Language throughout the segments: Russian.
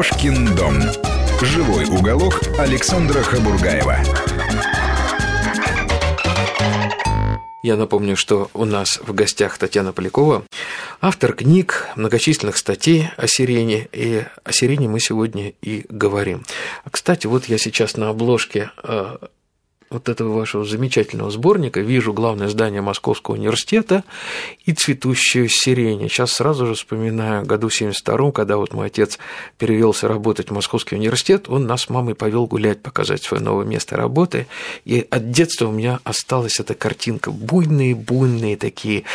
Кошкин дом. Живой уголок Александра Хабургаева. Я напомню, что у нас в гостях Татьяна Полякова, автор книг, многочисленных статей о сирене, и о сирене мы сегодня и говорим. Кстати, вот я сейчас на обложке вот этого вашего замечательного сборника вижу главное здание Московского университета и цветущую сирень. Сейчас сразу же вспоминаю, году в 1972, когда вот мой отец перевелся работать в Московский университет, он нас с мамой повел гулять, показать свое новое место работы, и от детства у меня осталась эта картинка. Буйные такие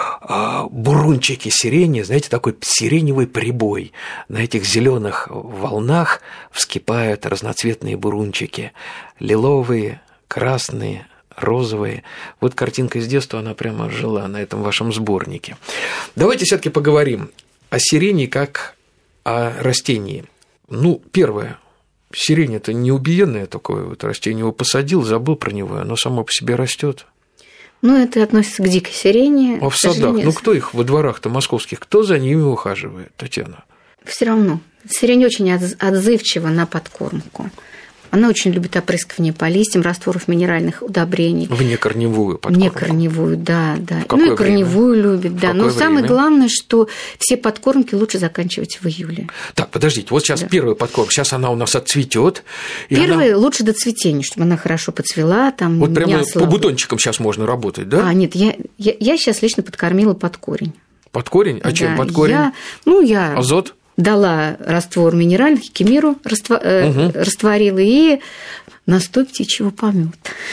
бурунчики сирени, знаете, такой сиреневый прибой. На этих зеленых волнах вскипают разноцветные бурунчики, лиловые, красные, розовые. Вот картинка из детства, она прямо жила на этом вашем сборнике. Давайте все-таки поговорим о сирени как о растении. Ну, первое. Сирень – это не убиенное такое вот растение. Его посадил, забыл про него, оно само по себе растет. Ну, это относится к дикой сирене. А в садах? Ну, кто их во дворах-то московских? Кто за ними ухаживает, Татьяна? Все равно. Сирень очень отзывчива на подкормку. Она очень любит опрыскивание по листьям, растворов минеральных удобрений. Внекорневую подкормку. Внекорневую, да. Ну и корневую любит, да. Но самое главное, что все подкормки лучше заканчивать в июле. Так, подождите, вот сейчас первая подкормка, сейчас она у нас отцветет. Первая лучше до цветения, чтобы она хорошо поцвела. Там, вот прямо по бутончикам сейчас можно работать, да? Нет, я сейчас лично подкормила под корень. Под корень? А чем под корень? Азот? Дала раствор минеральных, химеру растворила и настой птичьего помета.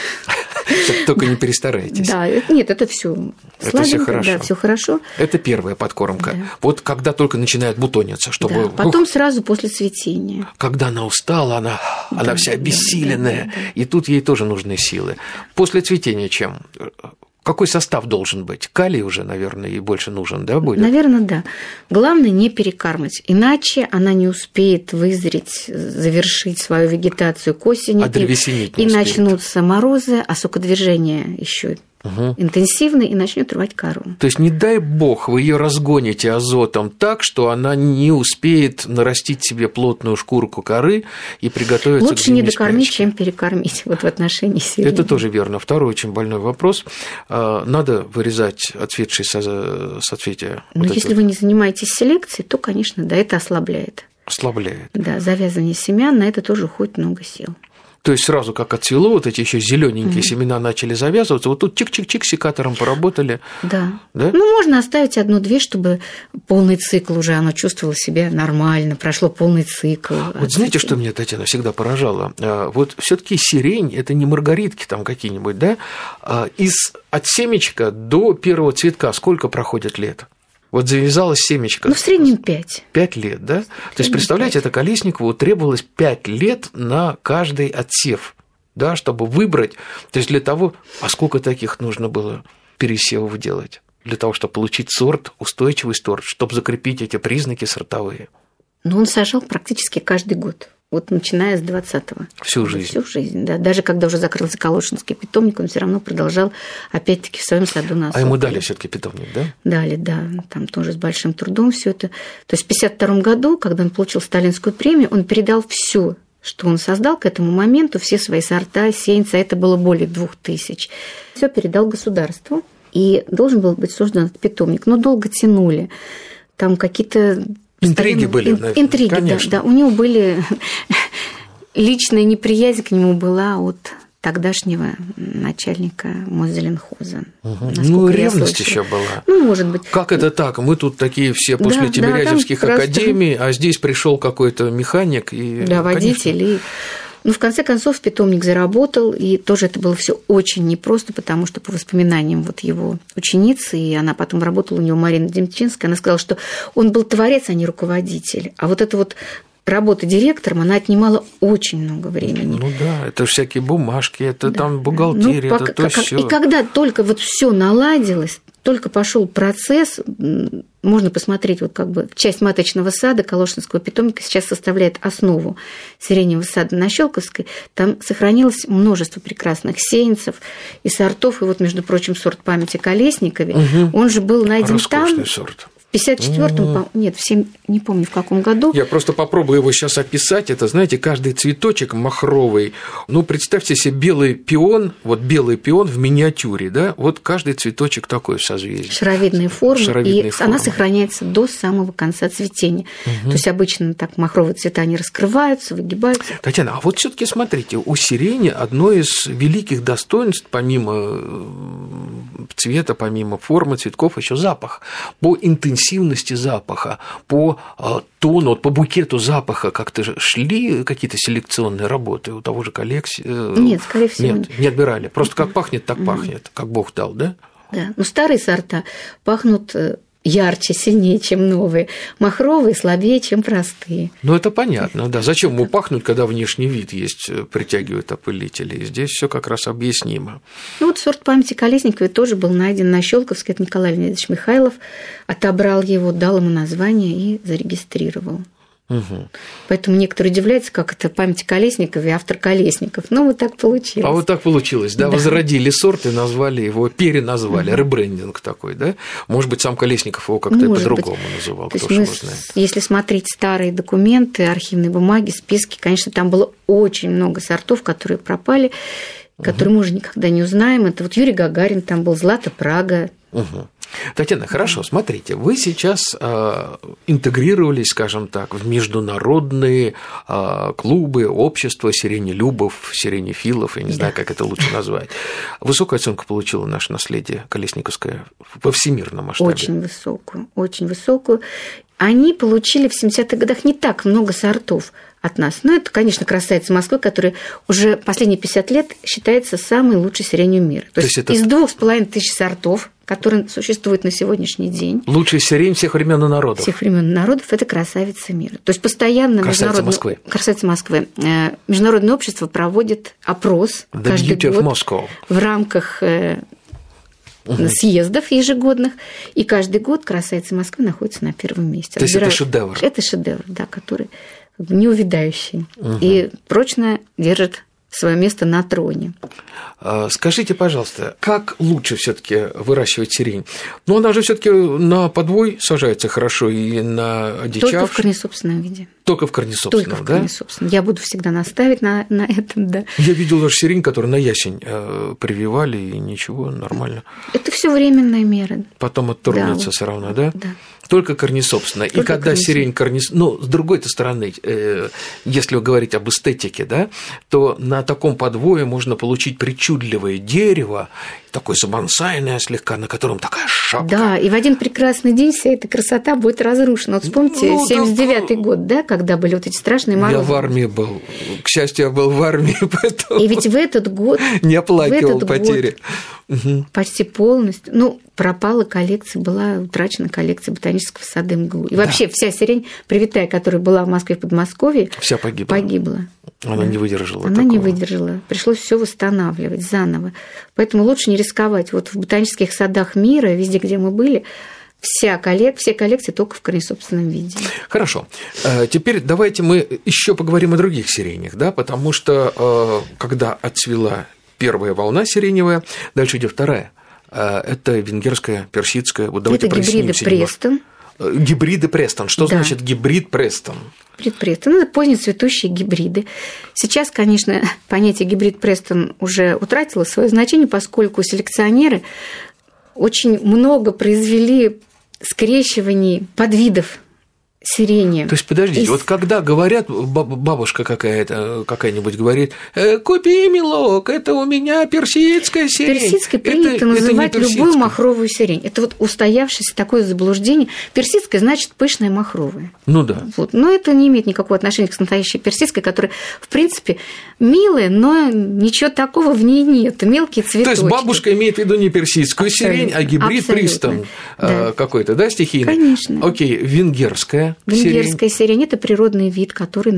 Только не перестарайтесь. Да, нет, это все хорошо. Да, все хорошо. Это первая подкормка. Да. Вот когда только начинает бутониться, чтобы. Да, потом сразу после цветения. Когда она устала, она вся обессиленная, да. И тут ей тоже нужны силы. После цветения чем? Какой состав должен быть? Калий уже, наверное, ей больше нужен, да, будет? Наверное, да. Главное не перекармливать, иначе она не успеет вызреть, завершить свою вегетацию к осени. А древесинить не и успеет. Начнутся морозы, а сокодвижение еще интенсивный, и начнет рвать кору. То есть, не дай бог, вы ее разгоните азотом так, что она не успеет нарастить себе плотную шкурку коры и приготовиться лучше к зимней не докормить, спячке. чем перекормить, вот в отношении сирени. Это тоже верно. Второй очень больной вопрос. Надо вырезать отцветшие соцветия? Но если вы не занимаетесь селекцией, то, конечно, да, это ослабляет. Ослабляет. Да, завязывание семян, на это тоже уходит много сил. То есть сразу как отцвело, вот эти еще зелененькие семена начали завязываться, вот тут чик-чик-чик секатором поработали. Да. Ну, можно оставить 1-2, чтобы полный цикл уже оно чувствовало себя нормально, прошло полный цикл. Вот знаете, что меня, Татьяна, всегда поражало? Вот все-таки сирень – это не маргаритки там какие-нибудь, да? От семечка до первого цветка сколько проходит лет? Вот завязалось семечко. Ну, в среднем 5. 5 лет, да? То есть, представляете, это Колесникову требовалось 5 лет на каждый отсев, да, чтобы выбрать. То есть, для того, а сколько таких нужно было пересевов делать? Для того, чтобы получить сорт, устойчивый сорт, чтобы закрепить эти признаки сортовые. Ну, он сажал практически каждый год. Вот начиная с 20-го. Всю жизнь. Всю жизнь, да. Даже когда уже закрылся Колошинский питомник, он все равно продолжал, опять-таки, в своем саду на А ему дали все-таки питомник, да? Дали, да. Там тоже с большим трудом все это. То есть в 1952 году, когда он получил Сталинскую премию, он передал все, что он создал к этому моменту, все свои сорта, сеянцы, это было более 2000. Все передал государству, и должен был быть создан этот питомник. Но долго тянули. Там какие-то... Интриги были, наверное. Интриги, конечно. Да. У него были... Личная неприязнь к нему была от тогдашнего начальника Мозеленхоза. Ну, ревность еще была. Ну, может быть. Как это так? Мы тут такие все после Тимирязевских академий, а здесь пришел какой-то механик и... Да, водитель. Ну, в конце концов, питомник заработал, и тоже это было все очень непросто, потому что по воспоминаниям вот его ученицы, и она потом работала у него, Марина Демчинская, она сказала, что он был творец, а не руководитель. А вот эта вот работа директором, она отнимала очень много времени. Ну да, это всякие бумажки, это там бухгалтерия, это то всё. И когда только вот все наладилось, только пошел процесс, можно посмотреть, вот как бы часть маточного сада Колошинского питомника сейчас составляет основу сиреневого сада на Щелковской. Там сохранилось множество прекрасных сеянцев и сортов. И вот, между прочим, сорт памяти Колесникове, он же был найден там. Роскошный сорт. В 54-м, нет, не помню, в каком году. Я просто попробую его сейчас описать. Это, знаете, каждый цветочек махровый. Ну, представьте себе белый пион в миниатюре, да? Вот каждый цветочек такой в созвездии. Шаровидные формы, и она сохраняется до самого конца цветения. То есть обычно так махровые цвета, они раскрываются, выгибаются. Татьяна, а вот все-таки смотрите, у сирени одно из великих достоинств, помимо цвета, помимо формы цветков, еще запах. По интенсивности запаха, по тону, вот по букету запаха как-то шли какие-то селекционные работы у того же коллекции? Нет, скорее всего. Нет, не отбирали. Просто как пахнет, так пахнет, как Бог дал, да? Да, но старые сорта пахнут ярче, сильнее, чем новые, махровые слабее, чем простые. Ну, это понятно, да. Зачем ему пахнуть, когда внешний вид есть, притягивает опылители? Здесь все как раз объяснимо. Ну, вот сорт памяти Колесниковой тоже был найден на Щелковской. Это Николай Леонидович Михайлов отобрал его, дал ему название и зарегистрировал. Угу. Поэтому некоторые удивляются, как это память Колесниковой, автор Колесников. Ну, вот так получилось. А вот так получилось, да? Возродили сорт и назвали его, переназвали, ребрендинг такой, да? Может быть, сам Колесников его как-то по-другому называл, кто же его знает. Если смотреть старые документы, архивные бумаги, списки, конечно, там было очень много сортов, которые пропали, которые мы уже никогда не узнаем. Это вот Юрий Гагарин, там был Злата Прага. Угу. Татьяна, хорошо, смотрите, вы сейчас интегрировались, скажем так, в международные клубы, общества сиренелюбов, сиренефилов, я не знаю, как это лучше назвать. Высокую оценку получило наше наследие колесниковское во всемирном масштабе? Очень высокую. Они получили в 70-х годах не так много сортов от нас. Но это, конечно, красавица Москвы, которая уже последние 50 лет считается самой лучшей сиренью мира. То есть из 2500 сортов, которые существуют на сегодняшний день. Лучшая сирень всех времен и народов. Всех времен и народов – это красавица мира. То есть постоянно красавица Москвы. Международное общество проводит опрос каждый год в рамках съездов ежегодных, и каждый год красавица Москвы находится на первом месте. То есть это шедевр? Это шедевр, да, который неувядающий и прочно держит свое место на троне. Скажите, пожалуйста, как лучше все-таки выращивать сирень? Ну, она же все-таки на подвой сажается хорошо и на одичав. Только в корнесобственном виде. Только в корнесобственном, Только в корнесобственном. Я буду всегда настаивать на этом, да. Я видел даже сирень, которую на ясень прививали, и ничего, нормально. Это все временная мера. Потом отторгнется все равно, да? Да. Только корнесобственно. И когда сирень корнесобственная, ну, с другой стороны, если говорить об эстетике, да, то на таком подвое можно получить причудливое дерево, такое забонсайное слегка, на котором такая шапка. Да, и в один прекрасный день вся эта красота будет разрушена. Вот вспомните, 79-й год, да, когда были вот эти страшные морозы. Я в армии был. К счастью, я был в армии, поэтому... И ведь в этот год... Не оплакивал потери. Почти полностью. Ну, пропала коллекция, была утрачена коллекция ботанического сада МГУ. И вообще вся сирень привитая, которая была в Москве и в Подмосковье, вся погибла. Она не выдержала такого. Она не выдержала. Пришлось все восстанавливать заново. Поэтому лучше не рисковать. Вот в ботанических садах мира, везде, где мы были, все коллекции только в корнесобственном виде. Хорошо. Теперь давайте мы еще поговорим о других сиренях, да, потому что когда отцвела первая волна сиреневая, дальше идет вторая. Это венгерская, персидская. Вот давайте это гибриды Престон. Гибриды Престон. Что значит гибрид Престон? Гибрид Престон – это позднецветущие гибриды. Сейчас, конечно, понятие гибрид Престон уже утратило свое значение, поскольку селекционеры очень много произвели скрещиваний подвидов сирени. То есть, подождите, вот когда говорят, бабушка какая-нибудь говорит, купи, милок, это у меня персидская сирень. Персидской принято называть любую махровую сирень. Это вот устоявшееся такое заблуждение. Персидская значит пышная махровая. Ну да. Вот. Но это не имеет никакого отношения к настоящей персидской, которая, в принципе, милая, но ничего такого в ней нет. Мелкие цветочки. То есть бабушка имеет в виду не персидскую сирень, а гибрид Престон какой-то, да, стихийный? Конечно. Окей, венгерская. Венгерская сирень – это природный вид, который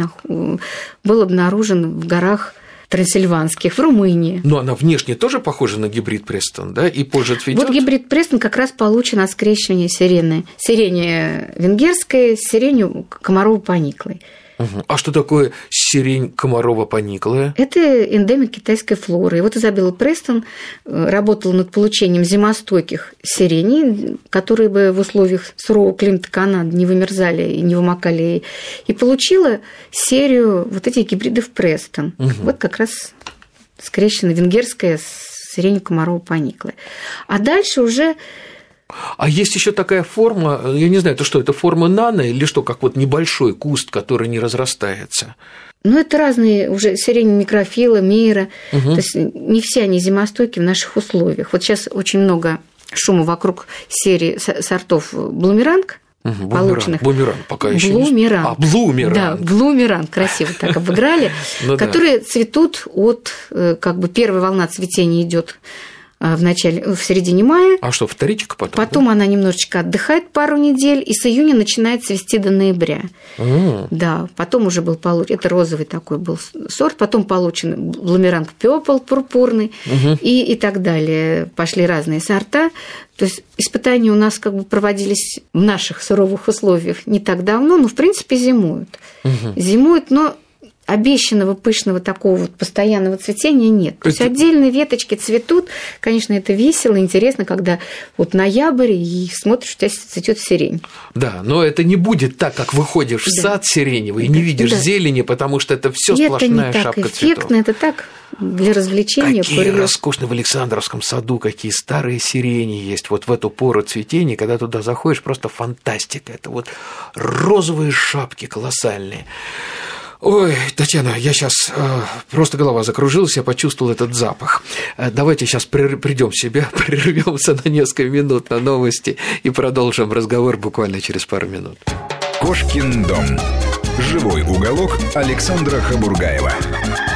был обнаружен в горах трансильванских, в Румынии. Но она внешне тоже похожа на гибрид Престон, да, и позже цветет. Вот гибрид Престон как раз получен от скрещивания сирени венгерской с сиренью комарово-пониклой. А что такое сирень комарова-пониклая? Это эндемик китайской флоры. И вот Изабелла Престон работала над получением зимостойких сиреней, которые бы в условиях сурового климата Канады не вымерзали и не вымокали. И получила серию вот этих гибридов Престон. Вот как раз скрещена венгерская с сиренью комарова-пониклая. А дальше уже... А есть еще такая форма, я не знаю, это что, это форма нано или что, как вот небольшой куст, который не разрастается? Ну, это разные уже сирени микрофила, мейра. То есть не все они зимостойки в наших условиях. Вот сейчас очень много шума вокруг серии сортов Блумеранг, полученных. Блумеранг пока еще Блумеранг. Блумеранг. Да, Блумеранг, красиво так обыграли, которые цветут от, как бы первая волна цветения идет в середине мая. А что, вторичка потом? Потом она немножечко отдыхает пару недель, и с июня начинает цвести до ноября. Да, потом уже был получен, это розовый такой был сорт, потом получен Блумеранг Пёпл пурпурный и так далее. Пошли разные сорта. То есть испытания у нас как бы проводились в наших суровых условиях не так давно, но в принципе зимуют. Зимуют, но обещанного пышного такого вот постоянного цветения нет. То есть отдельные веточки цветут. Конечно, это весело, интересно, когда вот ноябрь и смотришь, у тебя цветет сирень. Да, но это не будет так, как выходишь в сад сиреневый и не видишь зелени, потому что это все сплошная шапка цветов. Это не так эффектно, это так для развлечения. Какие роскошные в Александровском саду, какие старые сирени есть вот в эту пору цветения, когда туда заходишь, просто фантастика. Это вот розовые шапки колоссальные. Ой, Татьяна, я сейчас просто голова закружилась, я почувствовал этот запах. Давайте сейчас придем в себя, прервемся на несколько минут на новости и продолжим разговор буквально через пару минут. Кошкин дом. Живой уголок Александра Хабургаева.